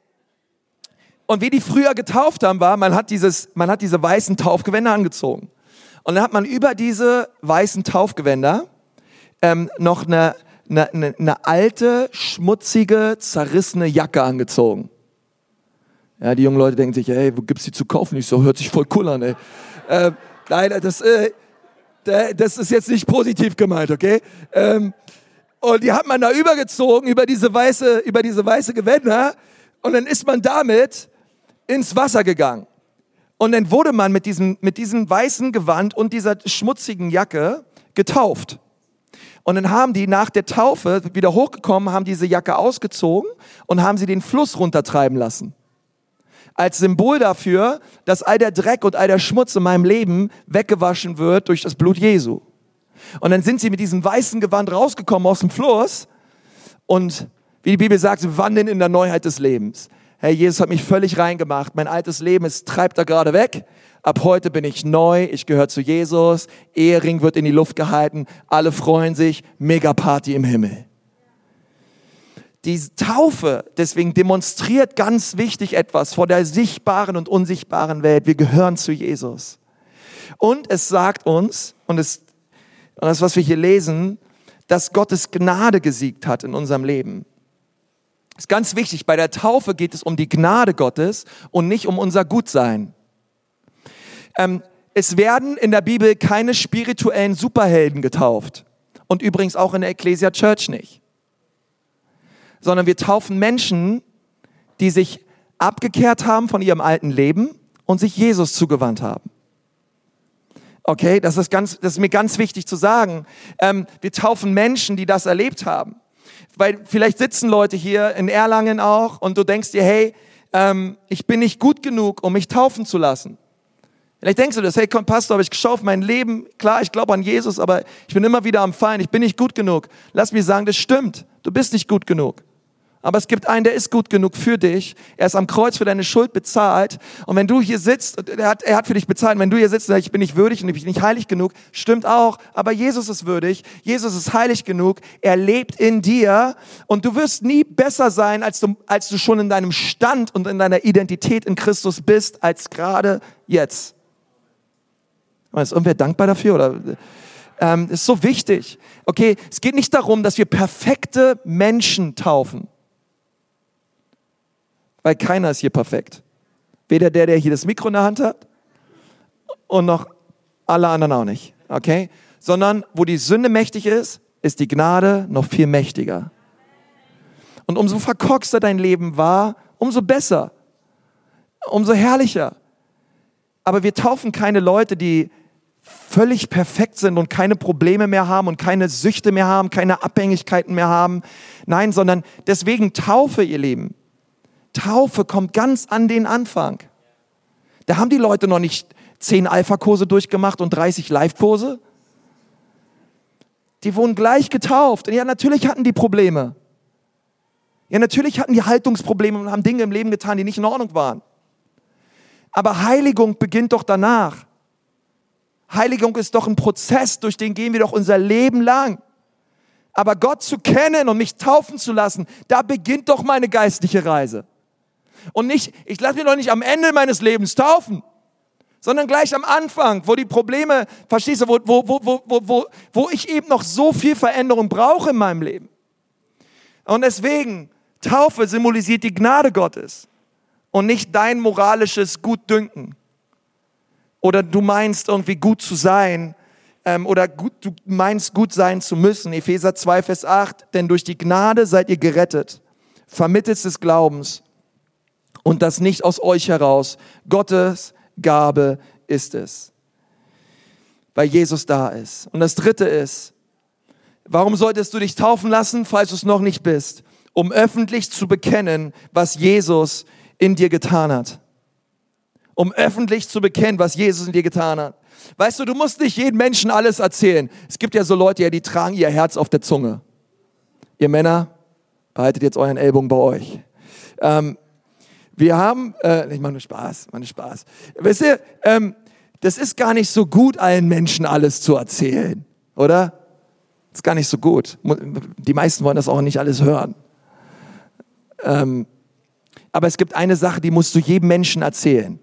Und wie die früher getauft haben, war, man hat dieses, man hat diese weißen Taufgewänder angezogen. Und dann hat man über diese weißen Taufgewänder ähm, noch eine, eine, eine, eine alte, schmutzige, zerrissene Jacke angezogen. Ja, die jungen Leute denken sich, ey, wo gibt's die zu kaufen? Ich so, hört sich voll cool an, ey. äh, nein, das, äh, das ist jetzt nicht positiv gemeint, okay? Ähm, und die hat man da übergezogen, über diese weiße, über diese weiße Gewänder. Und dann ist man damit ins Wasser gegangen. Und dann wurde man mit diesem, mit diesem weißen Gewand und dieser schmutzigen Jacke getauft. Und dann haben die nach der Taufe wieder hochgekommen, haben diese Jacke ausgezogen und haben sie den Fluss runtertreiben lassen. Als Symbol dafür, dass all der Dreck und all der Schmutz in meinem Leben weggewaschen wird durch das Blut Jesu. Und dann sind sie mit diesem weißen Gewand rausgekommen aus dem Fluss Und wie die Bibel sagt, wir wandeln in der Neuheit des Lebens. Hey, Jesus hat mich völlig reingemacht. Mein altes Leben ist, treibt er gerade weg. Ab heute bin ich neu, ich gehöre zu Jesus. Ehering wird in die Luft gehalten. Alle freuen sich. Mega Party im Himmel. Die Taufe deswegen demonstriert ganz wichtig etwas vor der sichtbaren und unsichtbaren Welt. Wir gehören zu Jesus. Und es sagt uns, und, es, und das, was wir hier lesen, dass Gottes Gnade gesiegt hat in unserem Leben. Das ist ganz wichtig, bei der Taufe geht es um die Gnade Gottes und nicht um unser Gutsein. Ähm, es werden in der Bibel keine spirituellen Superhelden getauft. Und übrigens auch in der Ecclesia Church nicht. Sondern wir taufen Menschen, die sich abgekehrt haben von ihrem alten Leben und sich Jesus zugewandt haben. Okay, das ist, ganz, das ist mir ganz wichtig zu sagen. Ähm, wir taufen Menschen, die das erlebt haben. Weil vielleicht sitzen Leute hier in Erlangen auch und du denkst dir, hey, ähm, ich bin nicht gut genug, um mich taufen zu lassen. Vielleicht denkst du das, hey, komm, Pastor, habe ich geschafft, mein Leben, klar, ich glaube an Jesus, aber ich bin immer wieder am Fallen, ich bin nicht gut genug. Lass mich sagen, das stimmt, du bist nicht gut genug. Aber es gibt einen, der ist gut genug für dich. Er ist am Kreuz für deine Schuld bezahlt. Und wenn du hier sitzt, er hat, er hat für dich bezahlt. Und wenn du hier sitzt und sagst, ich bin nicht würdig und ich bin nicht heilig genug, stimmt auch. Aber Jesus ist würdig. Jesus ist heilig genug. Er lebt in dir. Und du wirst nie besser sein, als du, als du schon in deinem Stand und in deiner Identität in Christus bist, als gerade jetzt. Ist irgendwer dankbar dafür? Oder? Ähm, ist so wichtig. Okay, es geht nicht darum, dass wir perfekte Menschen taufen. Weil keiner ist hier perfekt. Weder der, der hier das Mikro in der Hand hat und noch alle anderen auch nicht. Okay? Sondern wo die Sünde mächtig ist, ist die Gnade noch viel mächtiger. Und umso verkorkster dein Leben war, umso besser. Umso herrlicher. Aber wir taufen keine Leute, die völlig perfekt sind und keine Probleme mehr haben und keine Süchte mehr haben, keine Abhängigkeiten mehr haben. Nein, sondern deswegen Taufe, ihr Lieben. Taufe kommt ganz an den Anfang. Da haben die Leute noch nicht zehn Alpha-Kurse durchgemacht und dreißig Live-Kurse. Die wurden gleich getauft. Und ja, natürlich hatten die Probleme. Ja, natürlich hatten die Haltungsprobleme und haben Dinge im Leben getan, die nicht in Ordnung waren. Aber Heiligung beginnt doch danach. Heiligung ist doch ein Prozess, durch den gehen wir doch unser Leben lang. Aber Gott zu kennen und mich taufen zu lassen, da beginnt doch meine geistliche Reise. Und nicht, ich lasse mich doch nicht am Ende meines Lebens taufen, sondern gleich am Anfang, wo die Probleme, verstehst du, wo, wo, wo, wo, wo, wo ich eben noch so viel Veränderung brauche in meinem Leben. Und deswegen, Taufe symbolisiert die Gnade Gottes und nicht dein moralisches Gutdünken. Oder du meinst irgendwie gut zu sein, ähm, oder gut, du meinst gut sein zu müssen. Epheser zwei, Vers acht, denn durch die Gnade seid ihr gerettet, vermittels des Glaubens. Und das nicht aus euch heraus. Gottes Gabe ist es. Weil Jesus da ist. Und das dritte ist, warum solltest du dich taufen lassen, falls du es noch nicht bist? Um öffentlich zu bekennen, was Jesus in dir getan hat. Um öffentlich zu bekennen, was Jesus in dir getan hat. Weißt du, du musst nicht jedem Menschen alles erzählen. Es gibt ja so Leute, ja, die tragen ihr Herz auf der Zunge. Ihr Männer, behaltet jetzt euren Ellbogen bei euch. Ähm, Wir haben, äh, ich mache nur Spaß, mache nur Spaß. Wisst ihr, ähm, das ist gar nicht so gut, allen Menschen alles zu erzählen, oder? Das ist gar nicht so gut. Die meisten wollen das auch nicht alles hören. Ähm, aber es gibt eine Sache, die musst du jedem Menschen erzählen.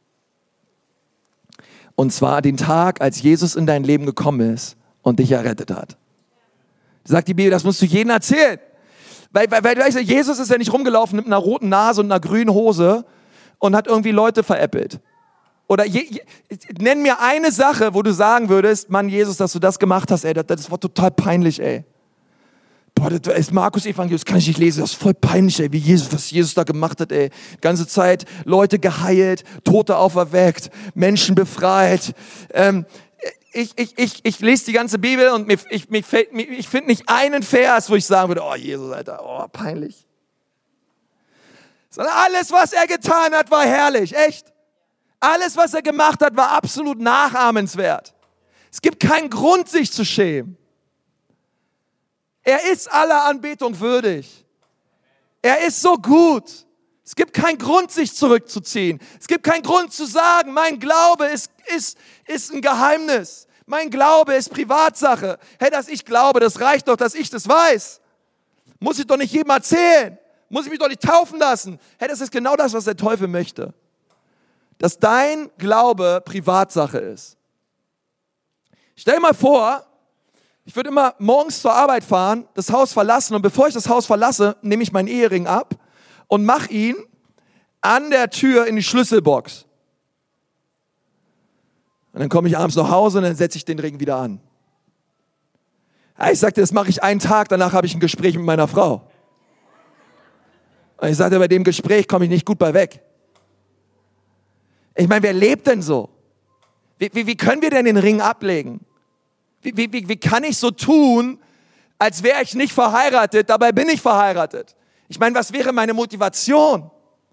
Und zwar den Tag, als Jesus in dein Leben gekommen ist und dich errettet hat. Sagt die Bibel, das musst du jedem erzählen. Weil, weil, weil weißt du, Jesus ist ja nicht rumgelaufen mit einer roten Nase und einer grünen Hose und hat irgendwie Leute veräppelt. Oder je, je, nenn mir eine Sache, wo du sagen würdest, Mann, Jesus, dass du das gemacht hast, ey, das, das war total peinlich, ey. Boah, das ist Markus-Evangelium, das kann ich nicht lesen, das ist voll peinlich, ey, wie Jesus, was Jesus da gemacht hat, ey. Die ganze Zeit Leute geheilt, Tote auferweckt, Menschen befreit. Ähm, ich, ich, ich, ich lese die ganze Bibel und mir, ich, mir fällt, ich finde nicht einen Vers, wo ich sagen würde, oh Jesus, Alter, oh, peinlich. Sondern alles, was er getan hat, war herrlich, echt. Alles, was er gemacht hat, war absolut nachahmenswert. Es gibt keinen Grund, sich zu schämen. Er ist aller Anbetung würdig. Er ist so gut. Es gibt keinen Grund, sich zurückzuziehen. Es gibt keinen Grund zu sagen, mein Glaube ist, ist, ist ein Geheimnis. Mein Glaube ist Privatsache. Hey, dass ich glaube, das reicht doch, dass ich das weiß. Muss ich doch nicht jedem erzählen. Muss ich mich doch nicht taufen lassen. Hey, das ist genau das, was der Teufel möchte. Dass dein Glaube Privatsache ist. Stell dir mal vor, ich würde immer morgens zur Arbeit fahren, das Haus verlassen und bevor ich das Haus verlasse, nehme ich meinen Ehering ab und mache ihn an der Tür in die Schlüsselbox. Und dann komme ich abends nach Hause und dann setze ich den Ring wieder an. Ich sagte, das mache ich einen Tag, danach habe ich ein Gespräch mit meiner Frau. Und ich sagte, bei dem Gespräch komme ich nicht gut bei weg. Ich meine, wer lebt denn so? Wie, wie, wie können wir denn den Ring ablegen? Wie, wie, wie, wie kann ich so tun, als wäre ich nicht verheiratet, dabei bin ich verheiratet? Ich meine, was wäre meine Motivation?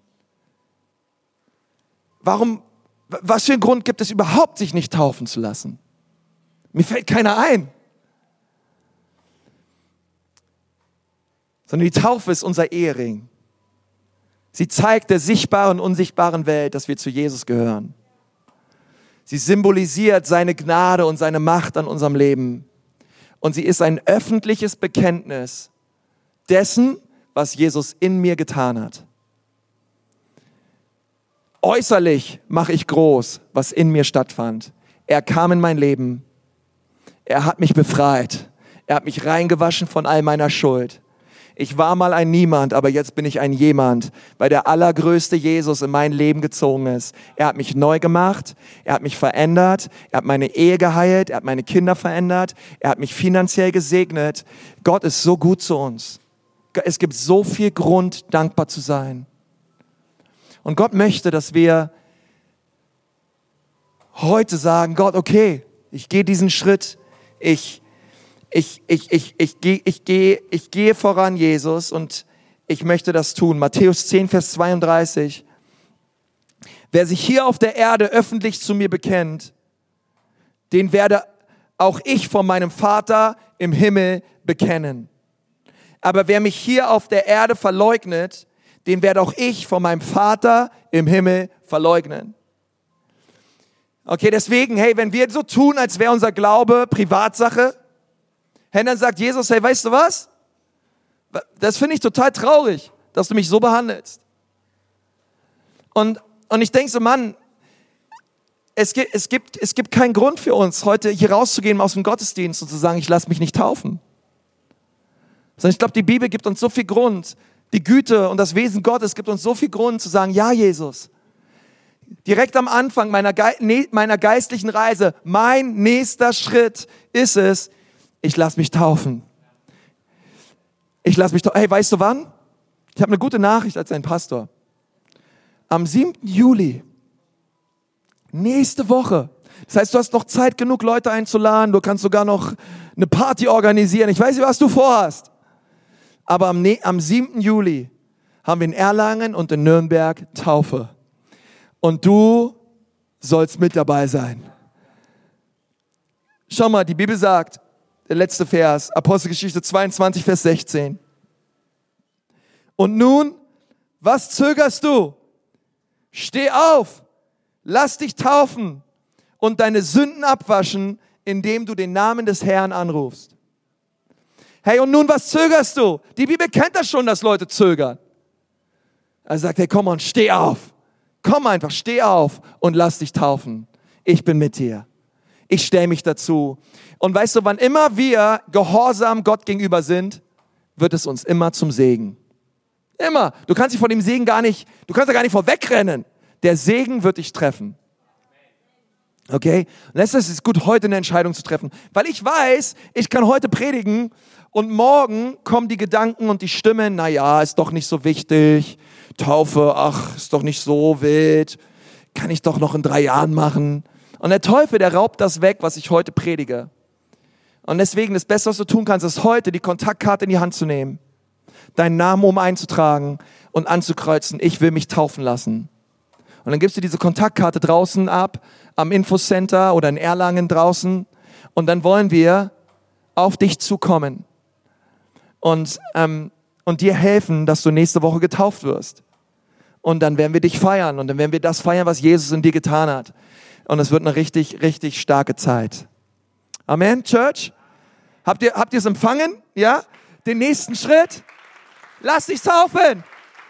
Warum, was für einen Grund gibt es überhaupt, sich nicht taufen zu lassen? Mir fällt keiner ein. Sondern die Taufe ist unser Ehering. Sie zeigt der sichtbaren und unsichtbaren Welt, dass wir zu Jesus gehören. Sie symbolisiert seine Gnade und seine Macht an unserem Leben. Und sie ist ein öffentliches Bekenntnis dessen, was Jesus in mir getan hat. Äußerlich mache ich groß, was in mir stattfand. Er kam in mein Leben. Er hat mich befreit. Er hat mich reingewaschen von all meiner Schuld. Ich war mal ein Niemand, aber jetzt bin ich ein Jemand, weil der allergrößte Jesus in mein Leben gezogen ist. Er hat mich neu gemacht, er hat mich verändert, er hat meine Ehe geheilt, er hat meine Kinder verändert, er hat mich finanziell gesegnet. Gott ist so gut zu uns. Es gibt so viel Grund, dankbar zu sein. Und Gott möchte, dass wir heute sagen, Gott, okay, ich gehe diesen Schritt, ich Ich, ich, ich, ich, gehe, ich, gehe, ich gehe voran, Jesus, und ich möchte das tun. Matthäus zehn, Vers zweiunddreißig. Wer sich hier auf der Erde öffentlich zu mir bekennt, den werde auch ich vor meinem Vater im Himmel bekennen. Aber wer mich hier auf der Erde verleugnet, den werde auch ich vor meinem Vater im Himmel verleugnen. Okay, deswegen, hey, wenn wir so tun, als wäre unser Glaube Privatsache, hey, dann sagt Jesus, hey, weißt du was? Das finde ich total traurig, dass du mich so behandelst. Und, und ich denke so, Mann, es gibt, es, gibt, es gibt keinen Grund für uns, heute hier rauszugehen aus dem Gottesdienst und zu sagen, ich lasse mich nicht taufen. Sondern ich glaube, die Bibel gibt uns so viel Grund, die Güte und das Wesen Gottes gibt uns so viel Grund zu sagen, ja, Jesus, direkt am Anfang meiner, Ge- ne, meiner geistlichen Reise, mein nächster Schritt ist es, ich lasse mich taufen. Ich lasse mich taufen. Hey, weißt du wann? Ich habe eine gute Nachricht als dein Pastor. Am siebten Juli, nächste Woche. Das heißt, du hast noch Zeit genug, Leute einzuladen. Du kannst sogar noch eine Party organisieren. Ich weiß nicht, was du vorhast. Aber am, am siebten Juli haben wir in Erlangen und in Nürnberg Taufe. Und du sollst mit dabei sein. Schau mal, die Bibel sagt, der letzte Vers, Apostelgeschichte zweiundzwanzig, Vers sechzehn. Und nun, was zögerst du? Steh auf, lass dich taufen und deine Sünden abwaschen, indem du den Namen des Herrn anrufst. Hey, und nun, was zögerst du? Die Bibel kennt das schon, dass Leute zögern. Er sagt, hey, komm on, steh auf. Komm einfach, steh auf und lass dich taufen. Ich bin mit dir. Ich stelle mich dazu. Und weißt du, wann immer wir gehorsam Gott gegenüber sind, wird es uns immer zum Segen. Immer. Du kannst dich von dem Segen gar nicht, du kannst da gar nicht vorwegrennen. Der Segen wird dich treffen. Okay? Und deshalb ist es gut, heute eine Entscheidung zu treffen. Weil ich weiß, ich kann heute predigen und morgen kommen die Gedanken und die Stimmen, naja, ist doch nicht so wichtig. Taufe, ach, ist doch nicht so wild. Kann ich doch noch in drei Jahren machen. Und der Teufel, der raubt das weg, was ich heute predige. Und deswegen, das Beste, was du tun kannst, ist heute die Kontaktkarte in die Hand zu nehmen, deinen Namen um einzutragen und anzukreuzen, ich will mich taufen lassen. Und dann gibst du diese Kontaktkarte draußen ab, am Infocenter oder in Erlangen draußen. Und dann wollen wir auf dich zukommen. und, ähm, und dir helfen, dass du nächste Woche getauft wirst. Und dann werden wir dich feiern und dann werden wir das feiern, was Jesus in dir getan hat. Und es wird eine richtig, richtig starke Zeit. Amen, Church? Habt ihr, habt ihr es empfangen? Ja? Den nächsten Schritt? Lass dich taufen!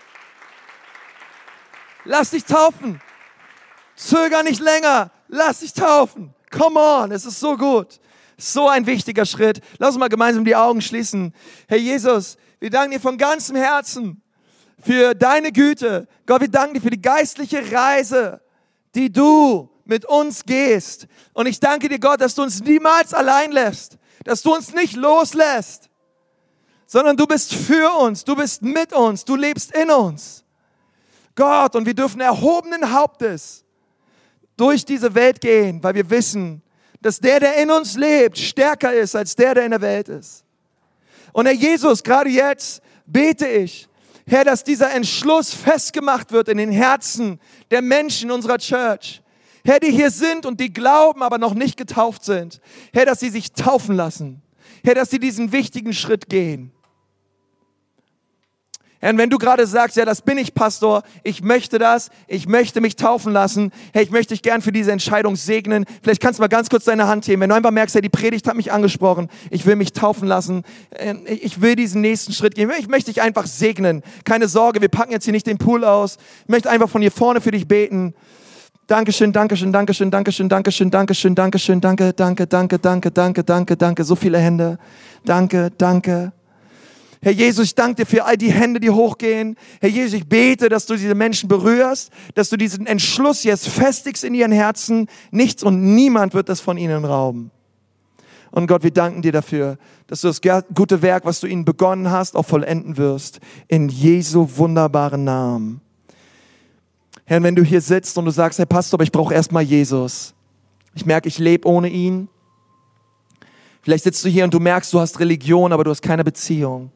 Lass dich taufen! Zöger nicht länger! Lass dich taufen! Come on, es ist so gut. So ein wichtiger Schritt. Lass uns mal gemeinsam die Augen schließen. Herr Jesus, wir danken dir von ganzem Herzen für deine Güte. Gott, wir danken dir für die geistliche Reise, die du mit uns gehst. Und ich danke dir, Gott, dass du uns niemals allein lässt, dass du uns nicht loslässt, sondern du bist für uns, du bist mit uns, du lebst in uns. Gott, und wir dürfen erhobenen Hauptes durch diese Welt gehen, weil wir wissen, dass der, der in uns lebt, stärker ist als der, der in der Welt ist. Und Herr Jesus, gerade jetzt bete ich, Herr, dass dieser Entschluss festgemacht wird in den Herzen der Menschen unserer Church. Herr, die hier sind und die glauben, aber noch nicht getauft sind. Herr, dass sie sich taufen lassen. Herr, dass sie diesen wichtigen Schritt gehen. Herr, und wenn du gerade sagst, ja, das bin ich, Pastor, ich möchte das, ich möchte mich taufen lassen, Herr, ich möchte dich gern für diese Entscheidung segnen. Vielleicht kannst du mal ganz kurz deine Hand heben. Wenn du einfach merkst, ja, die Predigt hat mich angesprochen, ich will mich taufen lassen, ich will diesen nächsten Schritt gehen, ich möchte dich einfach segnen. Keine Sorge, wir packen jetzt hier nicht den Pool aus. Ich möchte einfach von hier vorne für dich beten. Dankeschön, Dankeschön, Dankeschön, Dankeschön, Dankeschön, Dankeschön, Dankeschön, danke, danke, danke, danke, danke, danke, danke, so viele Hände. Danke, danke. Herr Jesus, ich danke dir für all die Hände, die hochgehen. Herr Jesus, ich bete, dass du diese Menschen berührst, dass du diesen Entschluss jetzt festigst in ihren Herzen. Nichts und niemand wird das von ihnen rauben. Und Gott, wir danken dir dafür, dass du das gute Werk, was du ihnen begonnen hast, auch vollenden wirst. In Jesu wunderbaren Namen. Herr, wenn du hier sitzt und du sagst, Herr Pastor, aber ich brauche erstmal Jesus. Ich merke, ich lebe ohne ihn. Vielleicht sitzt du hier und du merkst, du hast Religion, aber du hast keine Beziehung.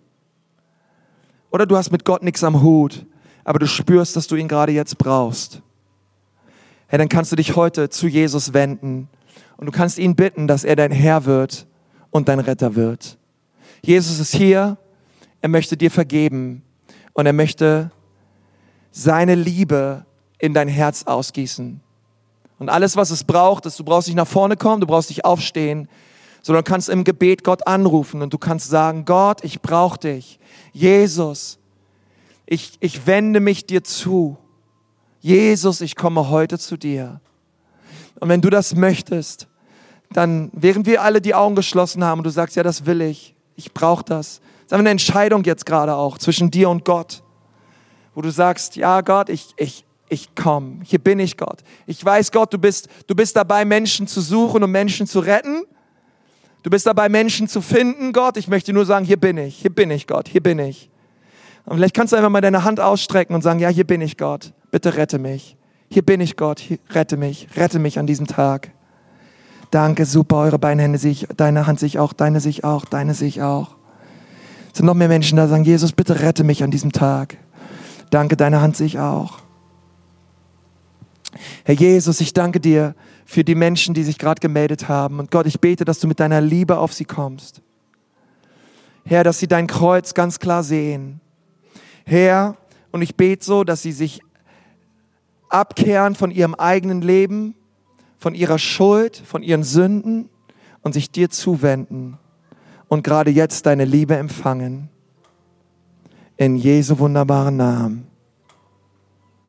Oder du hast mit Gott nichts am Hut, aber du spürst, dass du ihn gerade jetzt brauchst. Herr, dann kannst du dich heute zu Jesus wenden und du kannst ihn bitten, dass er dein Herr wird und dein Retter wird. Jesus ist hier, er möchte dir vergeben und er möchte seine Liebe in dein Herz ausgießen. Und alles, was es braucht, ist, du brauchst nicht nach vorne kommen, du brauchst nicht aufstehen, sondern du kannst im Gebet Gott anrufen und du kannst sagen, Gott, ich brauche dich. Jesus, ich, ich wende mich dir zu. Jesus, ich komme heute zu dir. Und wenn du das möchtest, dann, während wir alle die Augen geschlossen haben und du sagst, ja, das will ich, ich brauche das. Das ist eine Entscheidung jetzt gerade auch zwischen dir und Gott, wo du sagst, ja Gott, ich, ich, ich komme, hier bin ich Gott. Ich weiß, Gott, du bist, du bist dabei, Menschen zu suchen und Menschen zu retten. Du bist dabei, Menschen zu finden, Gott. Ich möchte nur sagen, hier bin ich, hier bin ich, Gott, hier bin ich. Und vielleicht kannst du einfach mal deine Hand ausstrecken und sagen, ja, hier bin ich, Gott. Bitte rette mich. Hier bin ich, Gott. Hier, rette mich. Rette mich an diesem Tag. Danke, super. Eure beiden Hände sehe ich, deine Hand sehe ich auch, deine sehe ich auch, deine sehe ich auch. Es sind noch mehr Menschen da, die sagen, Jesus, bitte rette mich an diesem Tag. Danke, deine Hand sehe ich auch. Herr Jesus, ich danke dir für die Menschen, die sich gerade gemeldet haben. Und Gott, ich bete, dass du mit deiner Liebe auf sie kommst. Herr, dass sie dein Kreuz ganz klar sehen. Herr, und ich bete so, dass sie sich abkehren von ihrem eigenen Leben, von ihrer Schuld, von ihren Sünden und sich dir zuwenden und gerade jetzt deine Liebe empfangen. In Jesu wunderbaren Namen.